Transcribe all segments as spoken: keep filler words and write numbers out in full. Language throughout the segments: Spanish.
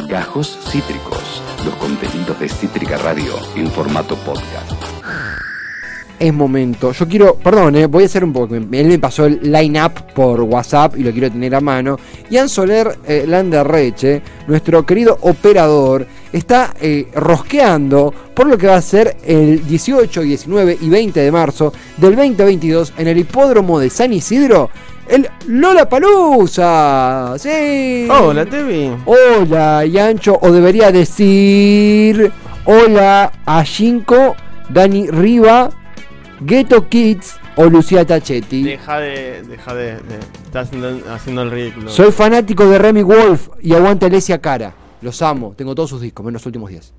Gajos Cítricos, los contenidos de Cítrica Radio en formato podcast. Es momento, yo quiero, perdón, eh, voy a hacer un poco, él me pasó el line-up por WhatsApp y lo quiero tener a mano. Ian Soler eh, Landerreche, nuestro querido operador, está eh, rosqueando por lo que va a ser el dieciocho, diecinueve y veinte de marzo del veinte veintidós en el hipódromo de San Isidro, el Lollapalooza. ¡Sí! Hola, Tevi. Hola, Yancho, o debería decir hola a Shinko, Dani Riva, Ghetto Kids o Lucía Tachetti. Deja de. Deja de. de estás haciendo, haciendo el ridículo. Soy fanático de Remy Wolf y aguanta Alesia Cara. Los amo, tengo todos sus discos, menos los últimos diez.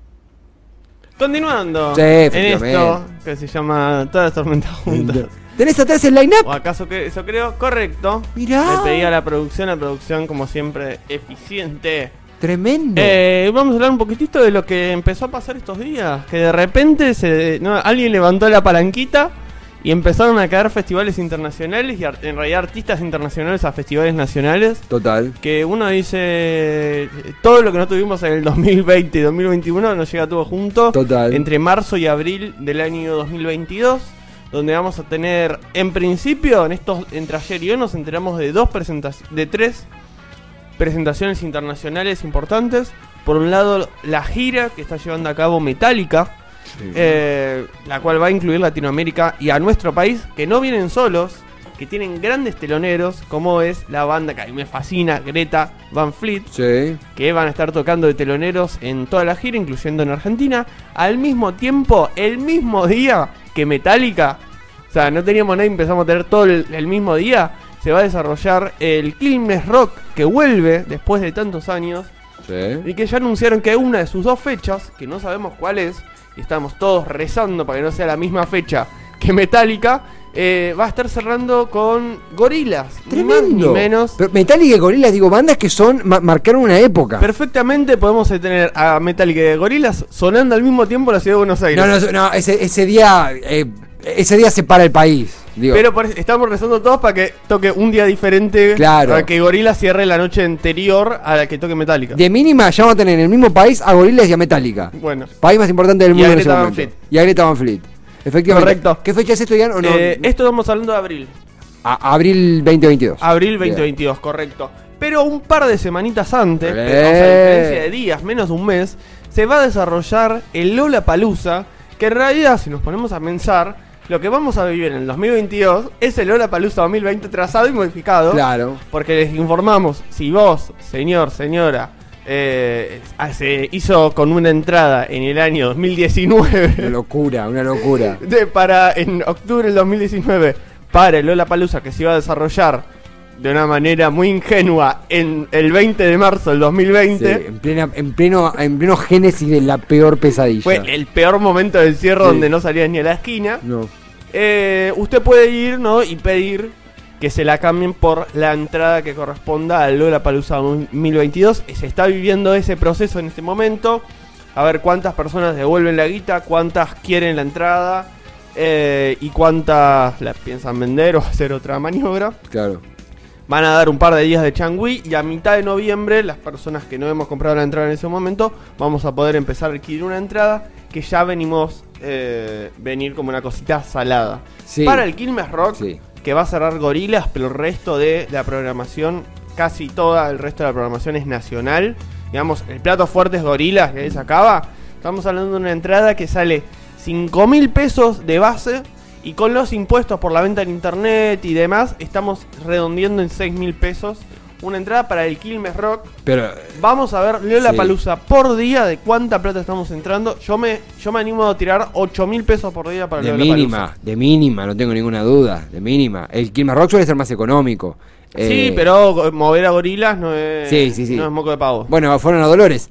Continuando Sí, en esto que se llama Todas las tormentas juntas. ¿Tenés atrás el line-up? ¿O acaso que eso creo? Correcto. Mirá. Le pedí a la producción, la producción como siempre eficiente. Tremendo. Eh, vamos a hablar un poquitito de lo que empezó a pasar estos días. Que de repente se, no, alguien levantó la palanquita y empezaron a caer festivales internacionales y en realidad artistas internacionales a festivales nacionales. Total. Que uno dice, todo lo que no tuvimos en el dos mil veinte y dos mil veintiuno nos llega todo junto. Total. Entre marzo y abril del año dos mil veintidós. Donde vamos a tener, en principio, en estos entre ayer y hoy nos enteramos de dos presentaciones, de tres presentaciones internacionales importantes. Por un lado, la gira que está llevando a cabo Metallica, sí. eh, la cual va a incluir Latinoamérica y a nuestro país, que no vienen solos, que tienen grandes teloneros, como es la banda que a mí me fascina, Greta Van Fleet, sí. que van a estar tocando de teloneros en toda la gira, incluyendo en Argentina, al mismo tiempo, el mismo día que Metallica. O sea, no teníamos nada y empezamos a tener todo el, el mismo día. Se va a desarrollar el Quilmes Rock, que vuelve después de tantos años, sí. Y que ya anunciaron que una de sus dos fechas, que no sabemos cuál es, y estamos todos rezando para que no sea la misma fecha que Metallica, eh, va a estar cerrando con Gorillaz. Tremendo. Ni más ni menos. Pero Metallica y Gorillaz, digo, bandas que son ma- marcaron una época. Perfectamente podemos tener a Metallica y Gorillaz sonando al mismo tiempo en la ciudad de Buenos Aires. No, no, no, ese, ese día eh, ese día se para el país. Digo. Pero por, estamos rezando todos para que toque un día diferente. Claro. Para que Gorillaz cierre la noche anterior a la que toque Metallica. De mínima ya vamos a tener en el mismo país a Gorillaz y a Metallica. Bueno. País más importante del Y mundo a en ese Greta Van momento. Fleet. Y a Greta Van Fleet. Efectivamente. Correcto. ¿Qué fecha es esto, Ian? ¿O no? Eh, esto estamos hablando de abril. A- abril veinte veintidós. Abril veinte veintidós, correcto. Pero un par de semanitas antes, Eh. o sea, a diferencia de días, menos de un mes, se va a desarrollar el Lollapalooza, que en realidad, si nos ponemos a pensar, lo que vamos a vivir en el dos mil veintidós es el Lollapalooza dos mil veinte trazado y modificado. Claro. Porque les informamos, si vos, señor, señora, eh, se hizo con una entrada en el año dos mil diecinueve. Una locura, una locura. De, para en octubre del dos mil diecinueve, para el Lollapalooza que se iba a desarrollar de una manera muy ingenua en el veinte de marzo del dos mil veinte. Sí, en, plena, en, pleno, en pleno génesis de la peor pesadilla. Fue el peor momento del cierre, sí. Donde no salías ni a la esquina. No. Eh, usted puede ir, ¿no? Y pedir que se la cambien por la entrada que corresponda al Lollapalooza dos mil veintidós. Se está viviendo ese proceso en este momento. A ver cuántas personas devuelven la guita, cuántas quieren la entrada eh, y cuántas la piensan vender o hacer otra maniobra. Claro. Van a dar un par de días de changüí y a mitad de noviembre, las personas que no hemos comprado la entrada en ese momento, vamos a poder empezar a adquirir una entrada que ya venimos eh, venir como una cosita salada. Sí. Para el Quilmes Rock, sí. Que va a cerrar Gorillaz, pero el resto de la programación, casi toda el resto de la programación es nacional. Digamos, el plato fuerte es Gorillaz, que ahí se acaba. Estamos hablando de una entrada que sale cinco mil pesos de base. Y con los impuestos por la venta en internet y demás, estamos redondeando en seis mil pesos una entrada para el Quilmes Rock. Pero vamos a ver Lollapalooza sí. Por día de cuánta plata estamos entrando. Yo me yo me animo a tirar ocho mil pesos por día para de Lollapalooza. mínima, de mínima, no tengo ninguna duda, de mínima. El Quilmes Rock suele ser más económico. Sí, eh, pero mover a Gorillaz no es, sí, sí, sí. no es moco de pavo. Bueno, fueron a Dolores.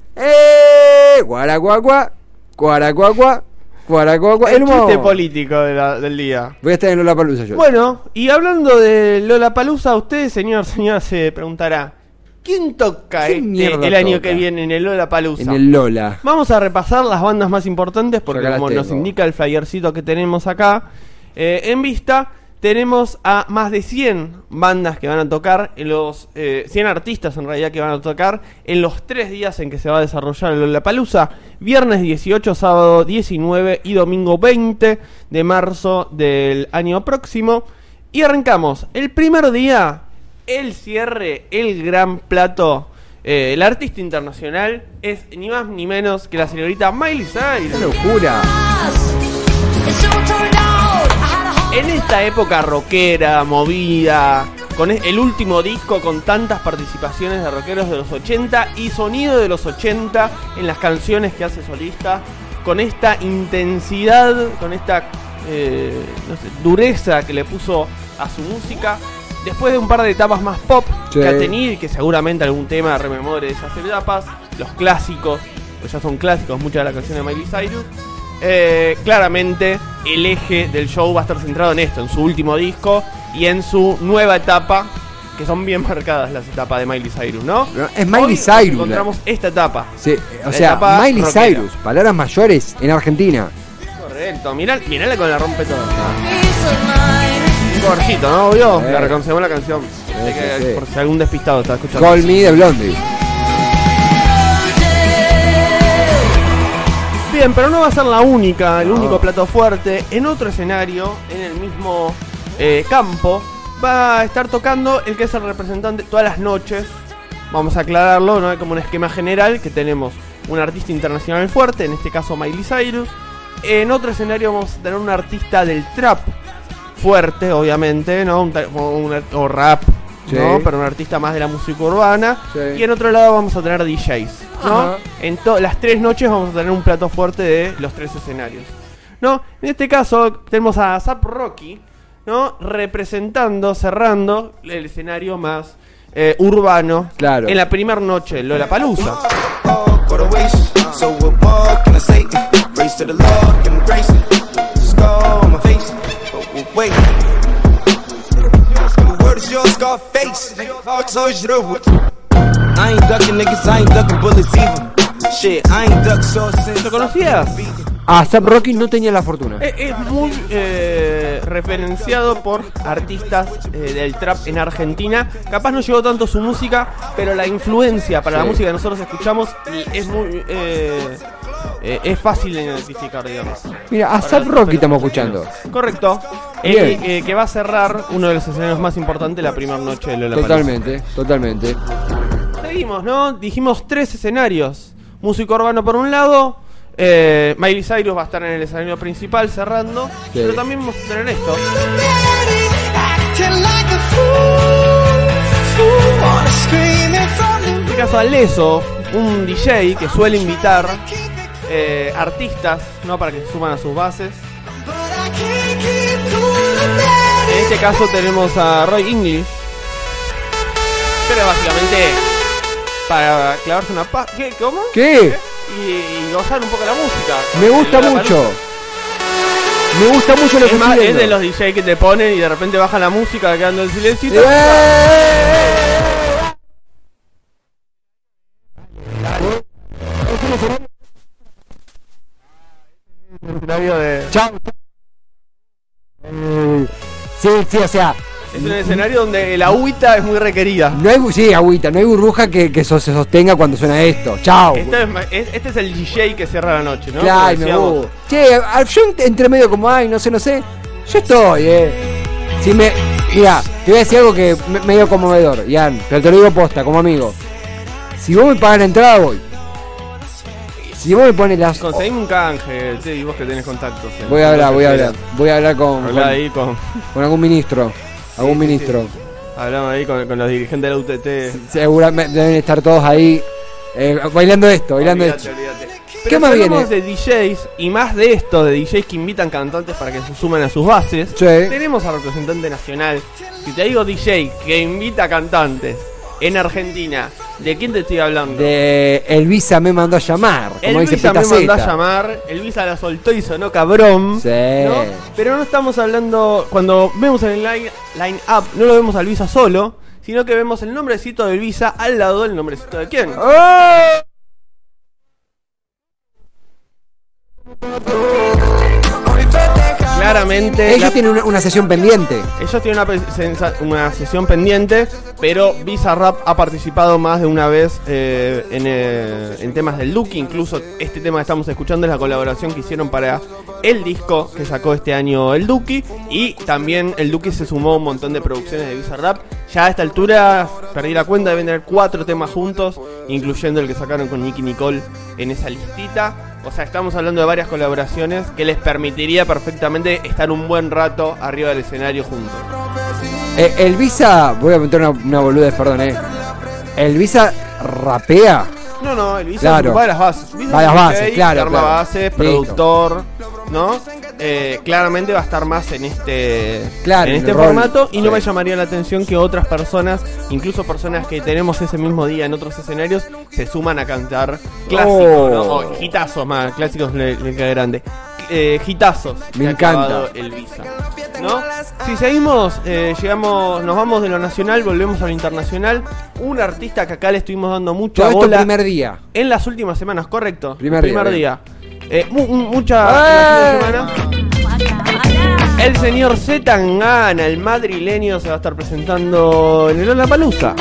¡Eh! Guaracuacua, guaracuacua. Guaracuacua, el chiste político de la, del día. Voy a estar en Lollapalooza yo. Bueno, y hablando de Lollapalooza, usted, señor, señora, se preguntará, ¿quién toca ¿Quién este, el año toca? que viene en el Lollapalooza? En el Lola. Vamos a repasar las bandas más importantes porque como nos tengo. indica el flyercito que tenemos acá, eh, en vista, tenemos a más de cien bandas que van a tocar, en los eh, cien artistas en realidad que van a tocar en los tres días en que se va a desarrollar el Lollapalooza, viernes dieciocho, sábado diecinueve y domingo veinte de marzo del año próximo. Y arrancamos el primer día, el cierre, el gran plato. Eh, el artista internacional es ni más ni menos que la señorita Miley Cyrus. ¡Qué locura! En esta época rockera, movida, con el último disco con tantas participaciones de rockeros de los ochenta y sonido de los ochenta en las canciones que hace solista, con esta intensidad, con esta eh, no sé, dureza que le puso a su música, después de un par de etapas más pop sí. que ha tenido y que seguramente algún tema rememore esas etapas, los clásicos, pues ya son clásicos muchas de las canciones de Miley Cyrus. Eh, claramente el eje del show va a estar centrado en esto, en su último disco y en su nueva etapa, que son bien marcadas las etapas de Miley Cyrus, ¿no? no es Miley Hoy Cyrus. Encontramos la... esta etapa. Sí, o sea, Miley rockera. Cyrus, palabras mayores en Argentina. Correcto, mirá, mirá con la rompe toda. Un covercito, ¿no? Obvio, eh. la reconocemos la canción. Sí, que, sí. Por si algún despistado está escuchando. Call Me de Blondie. Bien, pero no va a ser la única, el no. único plato fuerte. En otro escenario, en el mismo eh, campo, va a estar tocando el que es el representante todas las noches. Vamos a aclararlo, ¿no? Hay como un esquema general que tenemos un artista internacional fuerte, en este caso Miley Cyrus. En otro escenario vamos a tener un artista del trap fuerte, obviamente, ¿no? Un, un, o rap, sí. ¿no? Pero un artista más de la música urbana. Sí. Y en otro lado vamos a tener D Js, ¿no? Ajá. En to- las tres noches vamos a tener un plato fuerte de los tres escenarios, ¿no? En este caso tenemos a A$AP Rocky, ¿no? Representando, cerrando el escenario más eh, urbano, claro. en la primera noche, Lollapalooza. ¿Lo conocías? A A$AP Rocky no tenía la fortuna. Es, es muy eh, referenciado por artistas eh, del trap en Argentina. Capaz no llegó tanto su música, pero la influencia para sí. la música que nosotros escuchamos es muy eh, eh, es fácil de identificar, digamos. Mira, a A$AP Rocky estamos escuchando. Correcto. El eh, que va a cerrar uno de los escenarios más importantes la primera noche de Lollapalooza. Totalmente, totalmente. Seguimos, ¿no? Dijimos tres escenarios. Músico urbano por un lado. Eh, Miley Cyrus va a estar en el escenario principal cerrando, sí. pero también vamos a tener esto. En este caso Alesso, un D J que suele invitar eh, artistas, ¿no? Para que se suman a sus bases. En este caso tenemos a Roy English, pero básicamente para clavarse una paz. ¿Qué? ¿Cómo? ¿Qué? ¿Qué? Y, y gozar un poco la música. Me gusta mucho. Me gusta mucho lo es que más, estoy es de los D J que te ponen y de repente baja la música quedando en silencio. ¡Eh! De... Chao. Sí, sí, o sea, es un escenario donde la agüita es muy requerida. No hay, sí, agüita, no hay burbuja que, que so, se sostenga cuando suena esto. Chao. Este es, este es el D J que cierra la noche, ¿no? Claro, me gusta. Che, yo entre medio como, ay, no sé, no sé. Yo estoy, eh. Si me. Mira, te voy a decir algo que me, medio conmovedor, Ian, pero te lo digo posta, como amigo. Si vos me pagas la entrada, voy. Si vos me pones las. Conseguime un canje, sí, y vos que tenés contactos. Eh. Voy a hablar, voy a hablar. Voy a hablar con. Hablar ahí con. Con algún ministro. Algún sí, ministro. Sí, sí. Hablamos ahí con, con los dirigentes de la U T T. Seguramente deben estar todos ahí eh, bailando esto, bailando olvídate, esto. Olvídate. ¿Qué Pero más si viene? Hablamos de D Js y más de esto, de D Js que invitan cantantes para que se sumen a sus bases. Sí. Tenemos al representante nacional. Si te digo D J que invita cantantes en Argentina, ¿de quién te estoy hablando? De Elvisa me mandó a llamar. Como Elvisa me mandó a llamar. Elvisa la soltó y sonó cabrón. Sí. ¿No? Pero no estamos hablando. Cuando vemos en el line, line up, no lo vemos a Elvisa solo, sino que vemos el nombrecito de Elvisa al lado del nombrecito de quién. ¡Oh! claramente... Ellos la... tienen una, una sesión pendiente. Ellos tienen una, sensa... una sesión pendiente, pero Bizarrap ha participado más de una vez eh, en, eh, en temas del Duki. Incluso este tema que estamos escuchando es la colaboración que hicieron para el disco que sacó este año el Duki. Y también el Duki se sumó a un montón de producciones de Bizarrap. Ya a esta altura, perdí la cuenta, deben tener cuatro temas juntos, incluyendo el que sacaron con Nicki Nicole en esa listita. O sea, estamos hablando de varias colaboraciones que les permitiría perfectamente estar un buen rato arriba del escenario juntos. Eh, el Visa, voy a meter una, una boludez, perdón, eh. El Visa rapea. No, no, el Visa claro. se ocupa de las bases. Visa Varias es un bases, D J, claro, que arma claro. bases, Listo. productor, ¿no? Eh, claramente va a estar más en este, claro, en este el rol, formato y sí. no me llamaría la atención que otras personas, incluso personas que tenemos ese mismo día en otros escenarios, se suman a cantar clásicos, Oh. ¿no? O hitazos más, clásicos le, le queda grande. Eh, hitazos. Me que ha encanta. acabado el Visa, ¿no? Si seguimos, eh, llegamos, nos vamos de lo nacional, volvemos a lo internacional. Un artista que acá le estuvimos dando mucha Todo esto bola primer día. en las últimas semanas, correcto. Primer primer día, día. Eh, mu- mu- mucha ¡Eh! en la semana. El señor Z Tangana, el madrileño, se va a estar presentando en el Lollapalooza.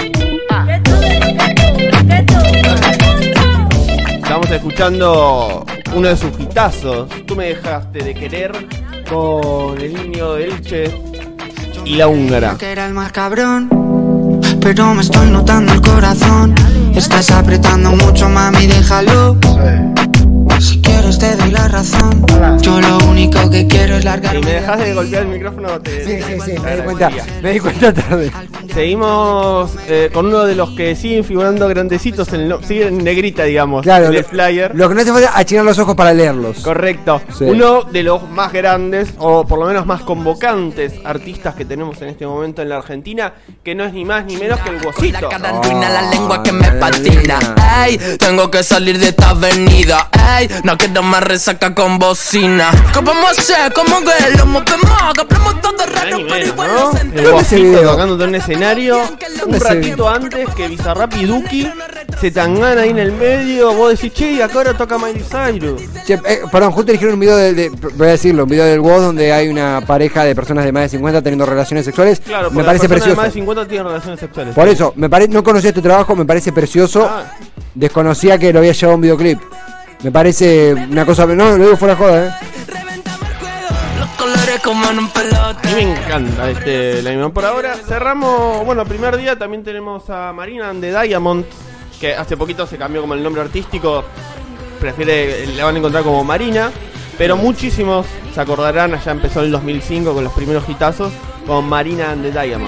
Estamos escuchando uno de sus hitazos. Tú me dejaste de querer, con el niño de Elche y la húngara. Que era el más cabrón, pero me estoy notando el corazón. Estás apretando mucho, mami, déjalo. Si quieres te doy la razón. Yo lo único que quiero es largar. Si me dejas de golpear el micrófono, te, Sí, sí, sí, te me di cuenta, agradecería. me di cuenta tarde. Seguimos eh, con uno de los que siguen figurando grandecitos, en el no- siguen en negrita, digamos, Claro, en el lo, flyer. lo que no hace falta es achinar los ojos para leerlos. Correcto. Sí. Uno de los más grandes, o por lo menos más convocantes artistas que tenemos en este momento en la Argentina, que no es ni más ni menos que el Wosito. La cara arruina la lengua que me Oh, patina. nena. Ey, tengo que salir de esta avenida. Ey, no quiero más resaca con bocina. ¿Qué vamos a hacer? ¿Cómo que lo movemos? Que hablamos todo Nada raro, ni pero menos, igual ¿no? nos El entendemos. ese Wosito video? tocándote en un escenario ¿Dónde un ese ratito antes que Bizarrap y Duki se tangan ahí en el medio. Vos decís, che, y acá ahora toca Miley Cyrus. Che, eh, perdón, justo eligieron un video de, de- voy a decirlo, un video del W O S donde hay una pareja de personas de más de cincuenta teniendo relaciones sexuales. Claro, me porque parece las personas de precioso. más de cincuenta tienen relaciones sexuales. Por eso, me pare- no conocía este trabajo, me parece precioso. Ah. Desconocía que lo había llevado a un videoclip. Me parece una cosa, no, lo digo fuera de joda, eh. Los colores como en un pelota. A mí me encanta este la misma. Por ahora cerramos, bueno, primer día también tenemos a Marina and the Diamond, que hace poquito se cambió como el nombre artístico, prefiere, le van a encontrar como Marina, pero muchísimos se acordarán, allá empezó en el dos mil cinco con los primeros hitazos, con Marina and the Diamond.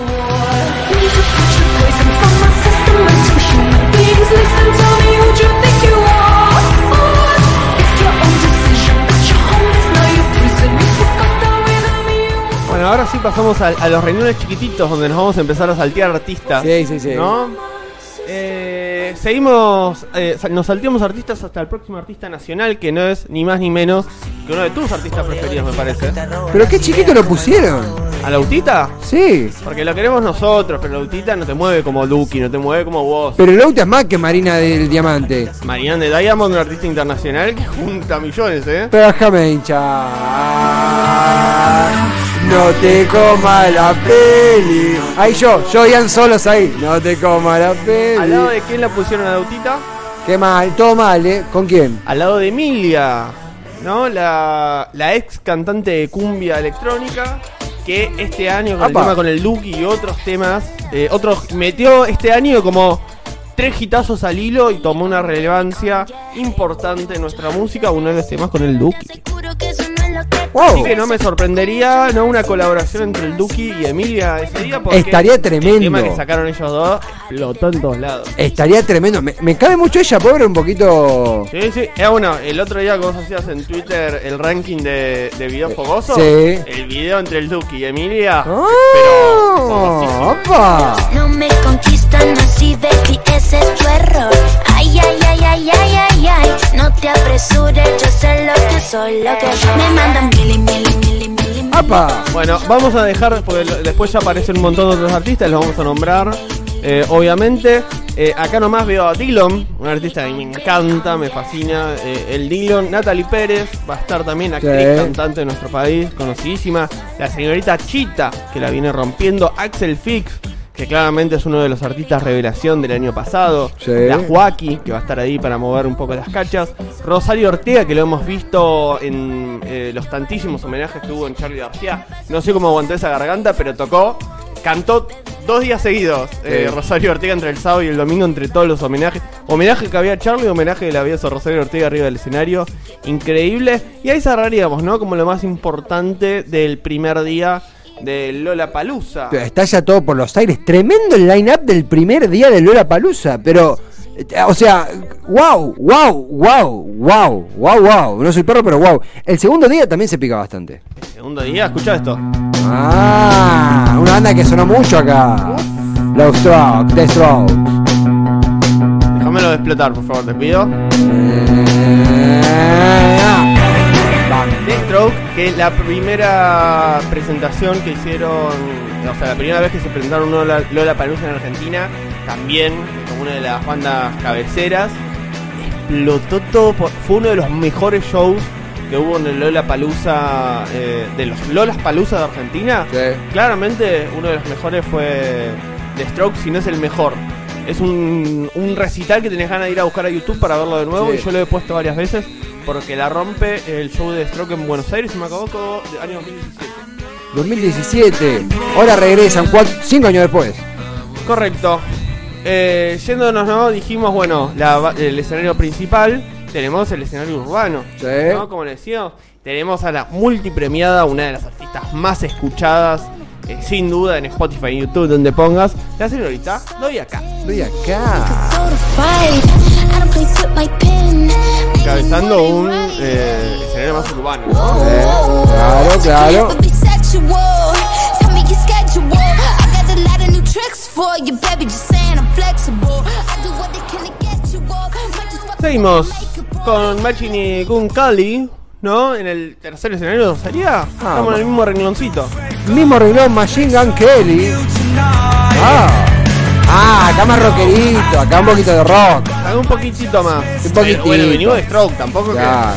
Bueno, ahora sí pasamos a, a los reuniones chiquititos donde nos vamos a empezar a saltear artistas. Sí, sí, sí. ¿No? Eh, seguimos, eh, sal- nos salteamos artistas hasta el próximo artista nacional, que no es ni más ni menos que uno de tus artistas preferidos, me parece. Pero qué chiquito lo pusieron. ¿A Lautita? Sí. Porque lo queremos nosotros, pero Lautita no te mueve como Duki, no te mueve como vos. Pero Lauta es más que Marina del Diamante. Marianne de Diamond, un artista internacional que junta millones, ¿eh? Pero déjame hinchar. No te coma la peli. Ahí yo, yo Ian Solos ahí. No te coma la peli. ¿Al lado de quién la pusieron a Lautita? Qué mal, todo mal, ¿eh? ¿Con quién? Al lado de Emilia, ¿no? La, la ex cantante de cumbia electrónica, que este año con Apa. el tema con el Duki y otros temas, eh, otros metió este año como tres hitazos al hilo y tomó una relevancia importante en nuestra música, uno de los temas con el Duki. Wow. Así que no me sorprendería, ¿no? Una colaboración entre el Duki y Emilia ese día, porque Estaría tremendo. el tema que sacaron ellos dos explotó en todos lados. Estaría tremendo. Me, me cabe mucho ella, pobre, un poquito. Sí, sí. Eh, bueno, el otro día que vos hacías en Twitter el ranking de, de videos fogosos, Sí. el video entre el Duki y Emilia, ¡Oh! pero fogosísimo. ¡Opa! No me conquistan así, baby, ese es tu error. Ay, ay, ay, ay, ay, ay, ay. No te apresures, yo sé lo que soy, lo que me mandan mili, mili, mili, mili. ¡Apa! Bueno, vamos a dejar, porque lo- después ya aparecen un montón de otros artistas, los vamos a nombrar, eh, obviamente. Eh, acá nomás veo a Dillon, un artista que me encanta, me fascina. Eh, el Dillon, Natalie Pérez, va a estar también actriz, Sí. cantante de nuestro país, conocidísima. La señorita Chita, que la viene rompiendo. Axel Fix, que claramente es uno de los artistas revelación del año pasado. Sí. La Joaquí, que va a estar ahí para mover un poco las cachas. Rosario Ortega, que lo hemos visto en eh, los tantísimos homenajes que hubo en Charly García. No sé cómo aguantó esa garganta, pero tocó. Cantó dos días seguidos, eh, Sí. Rosario Ortega entre el sábado y el domingo, entre todos los homenajes. Homenaje que había a Charly, homenaje que le había a Rosario Ortega arriba del escenario. Increíble. Y ahí cerraríamos, ¿no? Como lo más importante del primer día de Lollapalooza. Está ya todo por los aires. Tremendo el line-up del primer día de Lollapalooza. Pero, eh, o sea, wow, wow, wow, wow, wow, wow. No soy perro, pero wow. El segundo día también se pica bastante. El segundo día, escucha esto. Ah, una banda que sonó mucho acá. Los Strokes, The Strokes. Déjamelo de explotar, por favor, te pido. The Strokes, que la primera presentación que hicieron, o sea, la primera vez que se presentaron Lola- Lollapalooza en Argentina, también como una de las bandas cabeceras, explotó todo, por- fue uno de los mejores shows que hubo en el Lollapalooza, eh, de los Lollapalooza de Argentina. Sí. Claramente uno de los mejores fue The Strokes, si no es el mejor. Es un, un recital que tenés ganas de ir a buscar a YouTube para verlo de nuevo. Sí. Y yo lo he puesto varias veces porque la rompe el show de The Strokes en Buenos Aires, si me equivoco, de año dos mil diecisiete. dos mil diecisiete. Ahora regresan, cuatro, cinco años después. Correcto. Eh, yéndonos, ¿no? Dijimos, bueno, la- el escenario principal, tenemos el escenario urbano. Sí. ¿No? Como le decía, tenemos a la multipremiada, una de las artistas más escuchadas, eh, sin duda, en Spotify y YouTube, donde pongas, la señorita Doja Cat. Estoy acá. Encabezando un eh, escenario más urbano. Eh, claro, claro. Seguimos con Machine Gun Kelly, ¿no? En el tercer escenario sería. Estamos en el mismo rengloncito. Mismo renglón, Machine Gun Kelly. Ah. Ah, acá más rockerito, acá un poquito de rock. Haga un poquitito más. Un poquitito. Bueno, venimos de Stroke, tampoco Claro.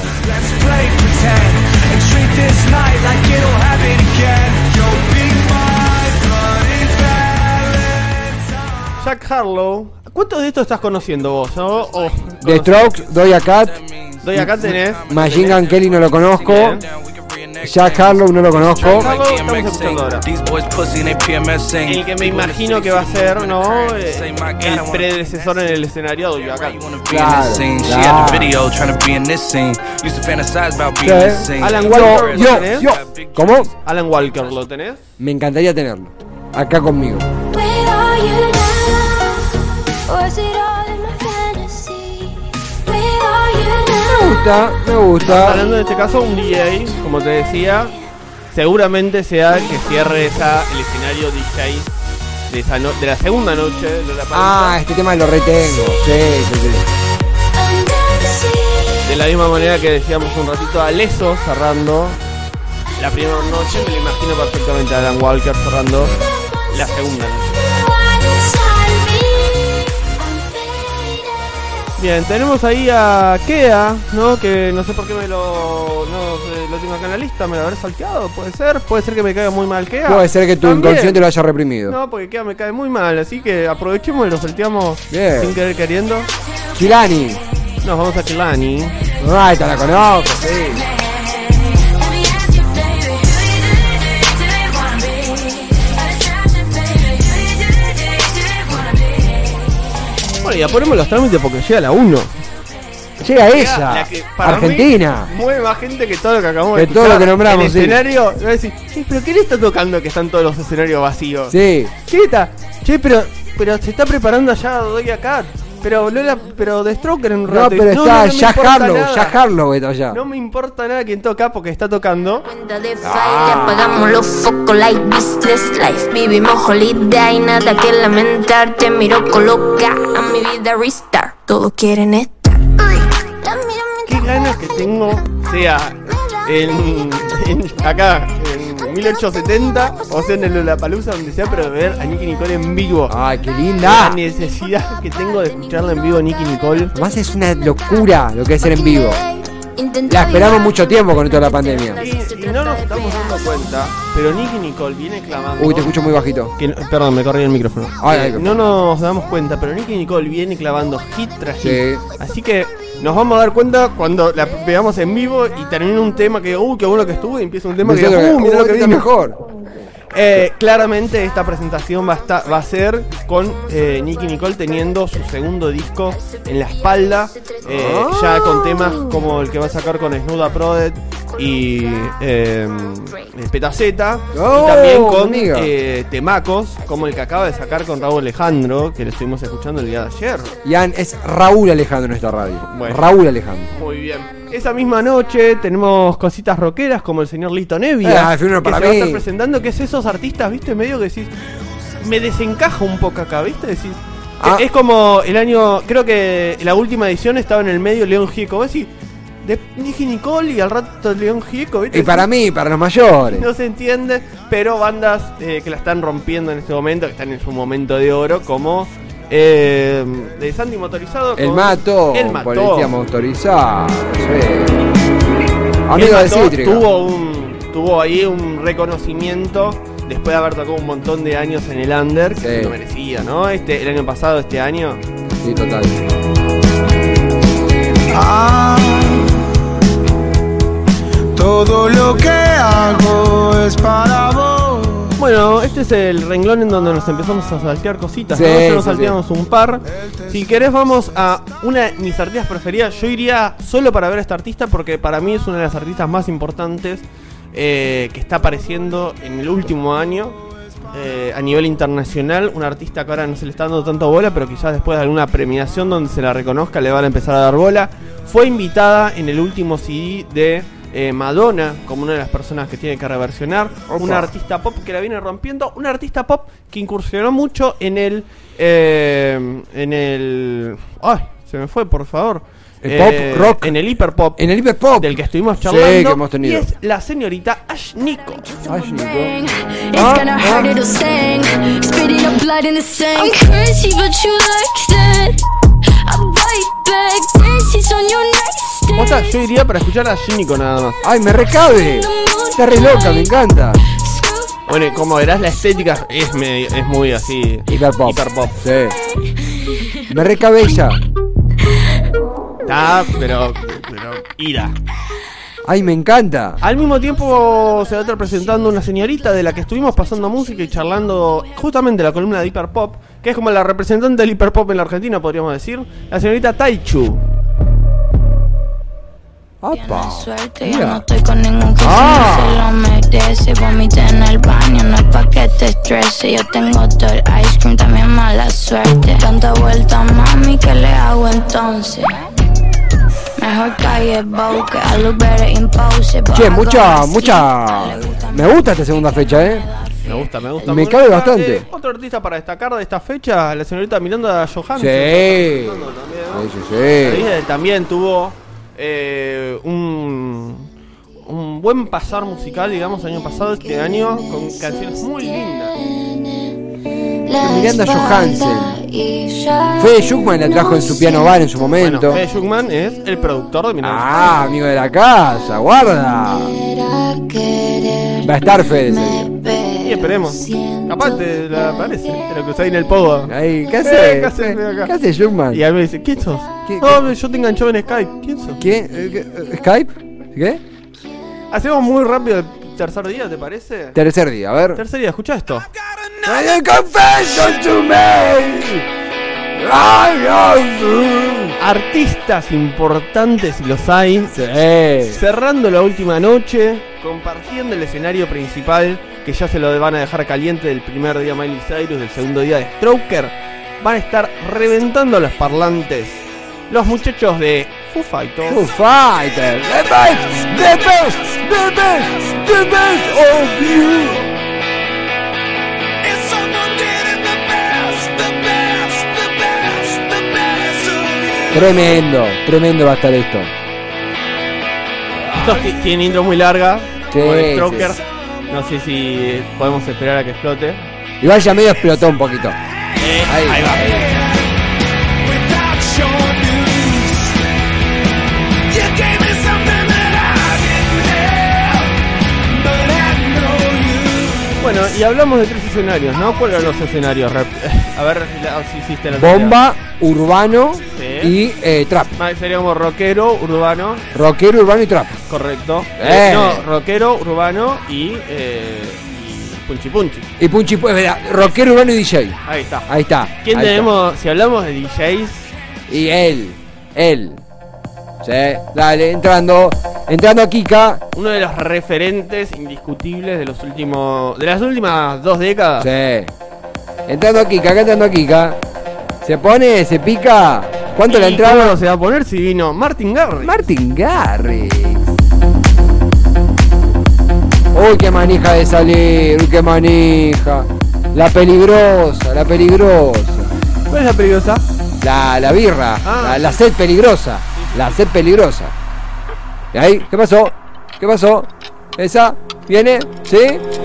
que. Jack Harlow. ¿Cuántos de estos estás conociendo vos? ¿No? O, The Strokes, Doja Cat, Doja Cat tenés. Machine Gun Kelly no lo conozco. Bien. Jack Harlow no lo conozco. Jack Harlow estamos escuchando ahora. El que me imagino que va a ser, ¿no? Eh, el predecesor en el escenario de Doja Cat. Claro, claro. Sí. Alan Yo, Walker, ¿lo yo, tenés? yo. ¿Cómo? Alan Walker, ¿lo tenés? Me encantaría tenerlo. Acá conmigo. Me gusta, me Estamos gusta. hablando en este caso un D J, como te decía, seguramente sea el que cierre esa, el escenario D J de, esa no- de la segunda noche de la Ah, este tema lo retengo. Sí, sí, sí. De la misma manera que decíamos un ratito a Leso cerrando la primera noche, me lo imagino perfectamente a Alan Walker cerrando la segunda noche. Bien, tenemos ahí a Kea, ¿no? Que no sé por qué me lo, no sé, lo tengo acá en la lista, me lo habré salteado, puede ser, puede ser que me caiga muy mal Kea. Puede ser que tu También. inconsciente lo haya reprimido. No, porque Kea me cae muy mal, así que aprovechemos y lo salteamos Bien. sin querer queriendo. Chilani. Nos vamos a Kilani. Ah, esta la conozco, sí. Bueno, ya ponemos los trámites porque llega la uno. Llega La ella. que para Argentina. mí mueve más gente que todo lo que acabamos de Que todo escuchar. lo que nombramos, El sí. escenario, va a decir, "Che, pero ¿qué le está tocando que están todos los escenarios vacíos? Sí. ¿Qué está? Che, pero, pero se está preparando allá Doja Cat. Pero Lola, pero The Stroker en un No, rato. pero no, está no, no me Jack importa Harlow. nada. Jack Harlow está allá. No me importa nada quién toca porque está tocando. De falla, apagamos los focos like business life. Vivimos holiday, nada que lamentar. Te miro coloca a mi vida restart. Todos quieren estar. Qué ganas que tengo, sea en, en- acá, en mil ochocientos setenta, o sea, en el Lollapalooza, donde sea, pero de ver a Nicki Nicole en vivo. Ay, qué La linda. necesidad que tengo de escucharla en vivo, Nicki Nicole. Además es una locura lo que es ser en vivo. La esperamos mucho tiempo con esto de la pandemia. Y, y no nos estamos dando cuenta, pero Nicki Nicole viene clamando. Uy, te escucho muy bajito. Que, perdón, me corrí el micrófono. Ay, Eh, ay, no nos damos cuenta, pero Nicki Nicole viene clavando hit tras hit. Sí. Así que nos vamos a dar cuenta cuando la veamos en vivo y termina un tema que, uh, qué bueno que estuvo, y empieza un tema que, Diciendo uh, mira lo que está vino. mejor. Eh, claramente esta presentación va a, estar, va a ser con eh, Nicki Nicole teniendo su segundo disco en la espalda, eh, Ah. ya con temas como el que va a sacar con Snuda Prodet y eh, Petaceta, Oh, y también con amiga. eh, temacos como el que acaba de sacar con Raúl Alejandro, que lo estuvimos escuchando el día de ayer. Ian, es Raúl Alejandro en esta radio. Bueno. Raúl Alejandro. Muy bien. Esa misma noche tenemos cositas rockeras como el señor Lito Nevia, Ah, fue uno que para se va a mí. estar presentando, que es esos artistas, viste, medio que decís, me desencaja un poco acá, viste, decís, que Ah. es como el año, creo que la última edición estaba en el medio León Gieco, vos decís, de Nicki Nicole y al rato León Gieco, viste. Y para mí, para los mayores. No se entiende, pero bandas eh, que la están rompiendo en este momento, que están en su momento de oro, como eh, de Sandy Motorizado. El con- Mato. El Mató. Policía motorizada. Sí. Y Amigo el de Mató Cítrica. tuvo un tuvo ahí un reconocimiento después de haber tocado un montón de años en el under, que Sí. se lo merecía, ¿no? Este, el año pasado, este año. Sí, total. Ah, todo lo que hago es para vos. Bueno, este es el renglón en donde nos empezamos a saltear cositas, Sí, ¿no? Ya nos sí, salteamos un par. Si querés vamos a una de mis artistas preferidas. Yo iría solo para ver a esta artista porque para mí es una de las artistas más importantes eh, que está apareciendo en el último año. Eh, a nivel internacional, una artista que ahora no se le está dando tanto bola, pero quizás después de alguna premiación donde se la reconozca le van a empezar a dar bola. Fue invitada en el último C D de eh, Madonna como una de las personas que tiene que reversionar. Opa. Una artista pop que la viene rompiendo, una artista pop que incursionó mucho en el eh, en el ay, se me fue, por favor. El pop rock. En el hiper pop. En el hiper pop. Del que estuvimos Sí, charlando. que hemos tenido. Y es la señorita Ash Nico. Ay, Nico. It's Ah, gonna ah. hurt, it'll sting. Spitting up blood in the sink. I'm crazy, but you like that. I bite back, dances on your nightstand. Otra, yo iría para escuchar a Ash Nico nada más. Ay, me recabe. Está re loca, me encanta. Bueno, y como verás, la estética es, medio- es muy así. Hiper pop. Hiper pop. Sí. Me recabe ella. Está, pero, pero ira. Ay, me encanta. Al mismo tiempo se va a estar presentando una señorita de la que estuvimos pasando música y charlando justamente la columna de Hiper Pop, que es como la representante del Hiper Pop en la Argentina, podríamos decir. La señorita Taichu. Apa. Suerte, yo no Mira. estoy con ningún que Ah. se lo merece. Vomité en el baño, no es pa' que te estrese. Yo tengo todo el ice cream, también mala suerte. Tanta vuelta, mami, ¿qué le hago entonces? Mejor calle Boke, I look better in pose. but Che, I mucha, go mucha. Me gusta esta segunda fecha, eh. Me gusta, me gusta. Me mucho. cabe bastante. Eh, otro artista para destacar de esta fecha, la señorita Miranda Johansson. Sí. También, Sí, sí, sí. Ella también tuvo eh, un, un buen pasar musical, digamos, el año pasado, este año, con canciones muy lindas. Miranda Johansen. Fede Schuckman la trajo en su piano bar en su Bueno, momento. Fede Schuckman es el productor de Miranda. Ah, amigo de la casa, guarda. Va a estar Fede ese día. Y esperemos. Capaz te la aparece, te lo cruzás ahí en el pogo. Ahí, ¿qué Eh, hace? ¿qué hace, Fede, acá? ¿Qué hace Schuckman? Y a mí me dice, ¿quién sos? ¿Qué- No, yo te enganchaba en Skype. ¿Quién sos? ¿Qué? Eh, qué? ¿Skype? ¿Qué? Hacemos muy rápido el tercer día, ¿te parece? Tercer día, a ver. Tercer día, escucha esto. Hay a confession to make. I love you. Artistas importantes, si los hay, Sí. cerrando la última noche, compartiendo el escenario principal, que ya se lo van a dejar caliente del primer día Miley Cyrus, del segundo día de Stroker, van a estar reventando los parlantes. Los muchachos de Foo Fighters. Foo Fighters. The best, the best, the best, the best of you. Tremendo, tremendo va a estar esto. Estos ti- tienen intro muy larga, Sí, como de Stroker. sí, No sé si podemos esperar a que explote. Igual ya medio explotó un poquito. Eh, Ahí. ahí va. Bueno, y hablamos de tres escenarios, ¿no? ¿Cuáles eran los escenarios? A ver si hiciste la Bomba, urbano sí. y eh, trap. Sería como rockero, urbano. Rockero, urbano y trap. Correcto. Eh. Eh, no, rockero, urbano y, eh, y punchi punchi. Y punchi, pues, verdad, rockero, urbano y D J. Ahí está. Ahí está. ¿Quién ahí tenemos? Está. Si hablamos de D Js. Y él, él. Sí, dale, entrando, entrando a Kika. Uno de los referentes indiscutibles de los últimos, de las últimas dos décadas. Sí. Entrando a Kika, acá entrando a Kika. Se pone, se pica. ¿Cuánto la entrada? ¿Cómo no se va a poner si vino Martin Garrix? Martin Garrix. Uy, qué manija de salir, uy, qué manija. La peligrosa, la peligrosa. ¿Cuál es la peligrosa? La, la birra, Ah. la, la sed peligrosa. La sed peligrosa. ¿Y ahí? ¿Qué pasó? ¿Qué pasó? ¿Esa? ¿Viene? ¿Sí?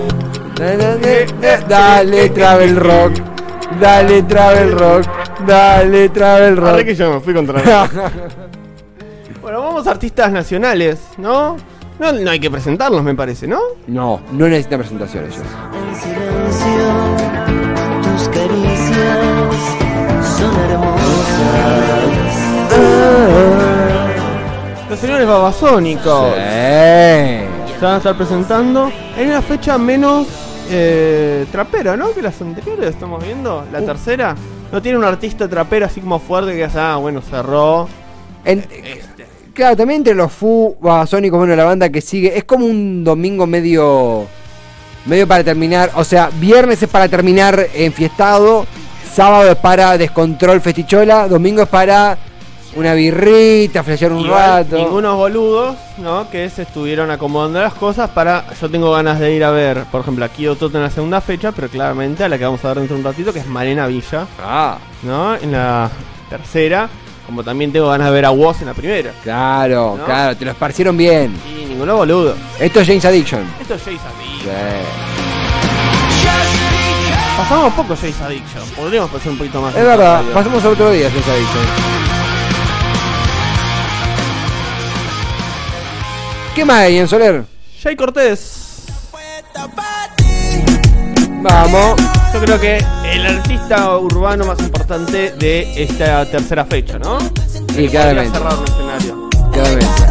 Dale, Travel Rock. Dale, Travel Rock. Dale, Travel Rock. Arre que yo me fui contra. Bueno, vamos a artistas nacionales, ¿no? ¿no? No hay que presentarlos, me parece, ¿no? No, no necesitan presentaciones ellos. En silencio, tus caricias son hermosas. Los señores Babasónicos Sí. se van a estar presentando en una fecha menos eh, trapera, ¿no? Que las anteriores estamos viendo. La Uh. tercera no tiene un artista trapero así como fuerte que ah, bueno, cerró. En, Este. claro, también entre los Fu, Babasónicos, bueno, la banda que sigue, es como un domingo medio medio para terminar, o sea, viernes es para terminar enfiestado, sábado es para descontrol festichola, domingo es para una birrita, flashear un Igual, rato. ningunos boludos, ¿no? Que se estuvieron acomodando las cosas para. Yo tengo ganas de ir a ver, por ejemplo, aquí Toto en la segunda fecha, pero claramente a la que vamos a ver dentro de un ratito, que es Malena Villa, Ah, ¿no? En la tercera, como también tengo ganas de ver a Woz en la primera. claro, ¿No? claro, te lo esparcieron bien. Y ninguno boludo. Esto es James Addiction. Esto es Jay's Addiction. Sí. Pasamos poco Jay's Addiction. Podríamos pasar un poquito más. Es verdad, pasamos otro día James Addiction. ¿Qué más hay en Soler? Jay Cortés. Vamos. Yo creo que el artista urbano más importante de esta tercera fecha, ¿no? Sí, claramente. Cerrar el escenario. Claramente.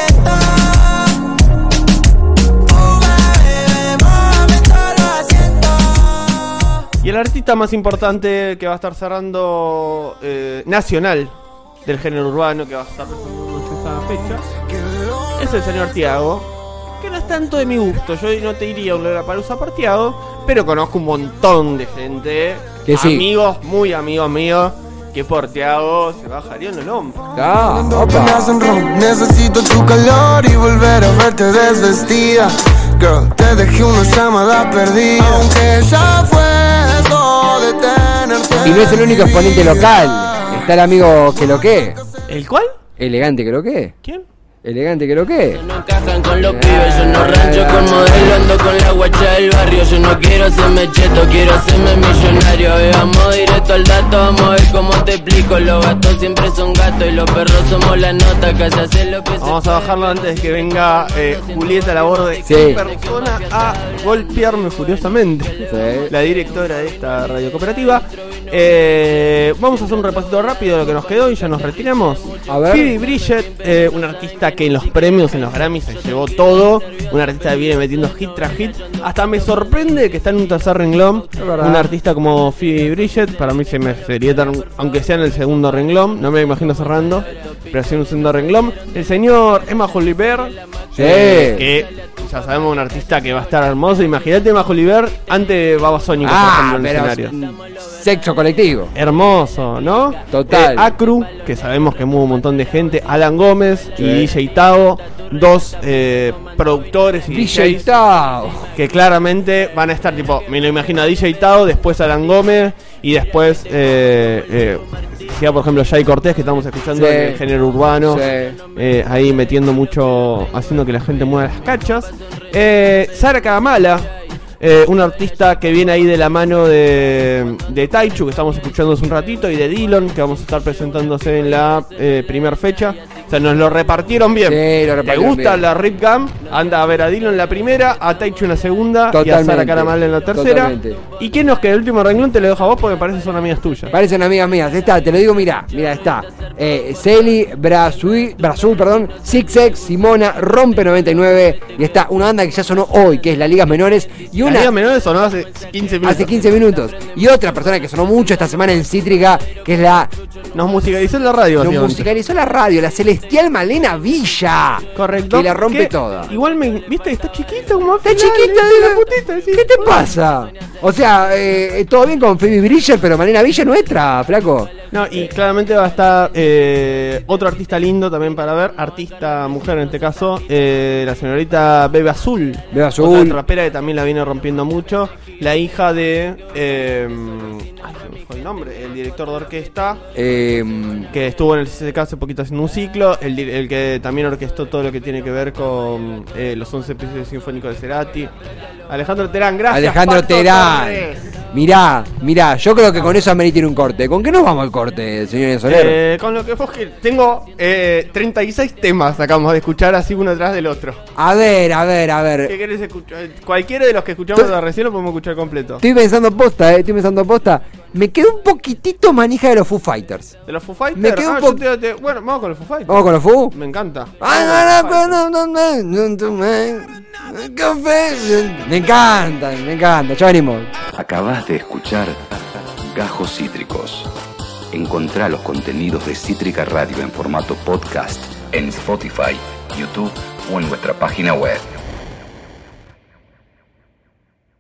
Y el artista más importante que va a estar cerrando eh, nacional del género urbano que va a estar presentando esta fecha es el señor Tiago, que no es tanto de mi gusto. Yo no te diría un Lollapalooza por Tiago, pero conozco un montón de gente, Que sí. amigos, muy amigos míos, que por Tiago se bajarían el hombro. Ah, Cuando opa. apenas en ron, necesito tu calor y volver a verte desvestida. Girl, te dejé una llamada perdida. Aunque ya fue esto de tenerte. Y no es el único exponente local. Está el amigo que lo que. ¿El cuál? Elegante que lo que. ¿Quién? Elegante que lo que. No encajan con los pibes, yo no rancho con modelo, ando con la guacha del barrio. Yo no quiero hacerme cheto, quiero hacerme millonario. Eh, vamos directo al dato, vamos a ver cómo te explico. Los gatos siempre son gatos y los perros somos la nota que se hace lo que se Vamos a bajarlo antes de que venga eh, Julieta Laborde Sí. en persona a golpearme furiosamente. Sí. La directora de esta radio cooperativa. Eh, vamos a hacer un repasito rápido de lo que nos quedó y ya nos retiramos. A ver. Phoebe Bridgett, eh, una artista que en los premios, en los Grammys, se llevó todo. Una artista que viene metiendo hit tras hit. Hasta me sorprende que está en un tercer renglón. verdad. Una artista como Phoebe Bridgett, para mí se me sería tan, aunque sea en el segundo renglón, no me imagino cerrando, pero así en un segundo renglón. El señor Emma Joliver, Sí. eh, que ya sabemos un artista que va a estar hermoso. Imagínate Emma Joliver antes de Babasónicos, por Ah, ejemplo, en el pero escenario. mm, sexo colectivo. Hermoso, ¿no? Total. Eh, Acru, que sabemos que mueve un montón de gente. Alan Gómez Sí. y D J Tao, dos eh, productores y D J D Js Tao. que claramente van a estar tipo, me lo imagino a D J Tao, después Alan Gómez y después eh, eh, complejidad, por ejemplo, Jay Cortés, que estamos escuchando Sí. en el género urbano, Sí. eh, ahí metiendo mucho, haciendo que la gente mueva las cachas. Eh, Sara Cagamala, eh, una artista que viene ahí de la mano de, de Taichu, que estamos escuchando hace un ratito, y de Dillon, que vamos a estar presentándose en la eh, primera fecha. O sea, nos lo repartieron bien. Sí, lo ¿Te repartieron gusta bien. la Rip Gam? Anda a ver a Dillon en la primera, a Taichu en la segunda y a Sara Totalmente, Cagamala en la tercera. totalmente. ¿Y quién nos queda? El último renglón te lo dejo a vos porque parece que son amigas tuyas. Parecen amigas mías. Está, te lo digo, mira, mira, está. Eh, Celi, Brasil, Brasil, perdón, Six X, Simona, Rompe noventa y nueve. Y está una banda que ya sonó hoy, que es las Ligas Menores. Y Las una. Ligas Menores sonó hace quince minutos. Hace quince minutos. Y otra persona que sonó mucho esta semana en Cítrica, que es la. Nos musicalizó en la radio. Nos básicamente. musicalizó la radio, la Celestial Malena Villa. Correcto. Que la rompe Que toda. Igual me. ¿Viste? Está chiquito como Está chiquita, la digo, putita. decís. ¿qué te pasa? O sea, eh, todo bien con Phoebe Bridger, pero Malena Villa es nuestra, flaco. No, y claramente va a estar eh, otro artista lindo también para ver. Artista mujer en este caso. eh, la señorita Bebe Azul. Bebe Azul. Otra rapera que también la viene rompiendo mucho. La hija de. Eh, ay, se me fue el nombre. El director de orquesta. Eh, Que estuvo en el C C K hace poquito haciendo un ciclo, el, di- el que también orquestó todo lo que tiene que ver con eh, los once episodios sinfónicos de Cerati. Alejandro Terán, gracias. Alejandro Pato Terán. Torres. Mirá, mirá, yo creo que con eso amerita ir un corte. ¿Con qué nos vamos al corte, señor Soler? Eh, con lo que vos que tengo eh, treinta y seis temas acabamos de escuchar así uno detrás del otro. A ver, a ver, a ¿Qué ver. querés escuchar? Cualquiera de los que escuchamos Tú- de recién lo podemos escuchar completo. Estoy pensando posta, eh, estoy pensando posta. Me quedó un poquitito manija de los Foo Fighters. ¿De los Foo Fighters? Me quedó un Ah, po- yo te- te- bueno, vamos con los Foo Fighters. ¿Vamos con los Foo? Me encanta. Me encanta, me encanta. Ya venimos. Acabas de escuchar Gajos Cítricos. Encontrá los contenidos de Cítrica Radio en formato podcast en Spotify, YouTube o en nuestra página web.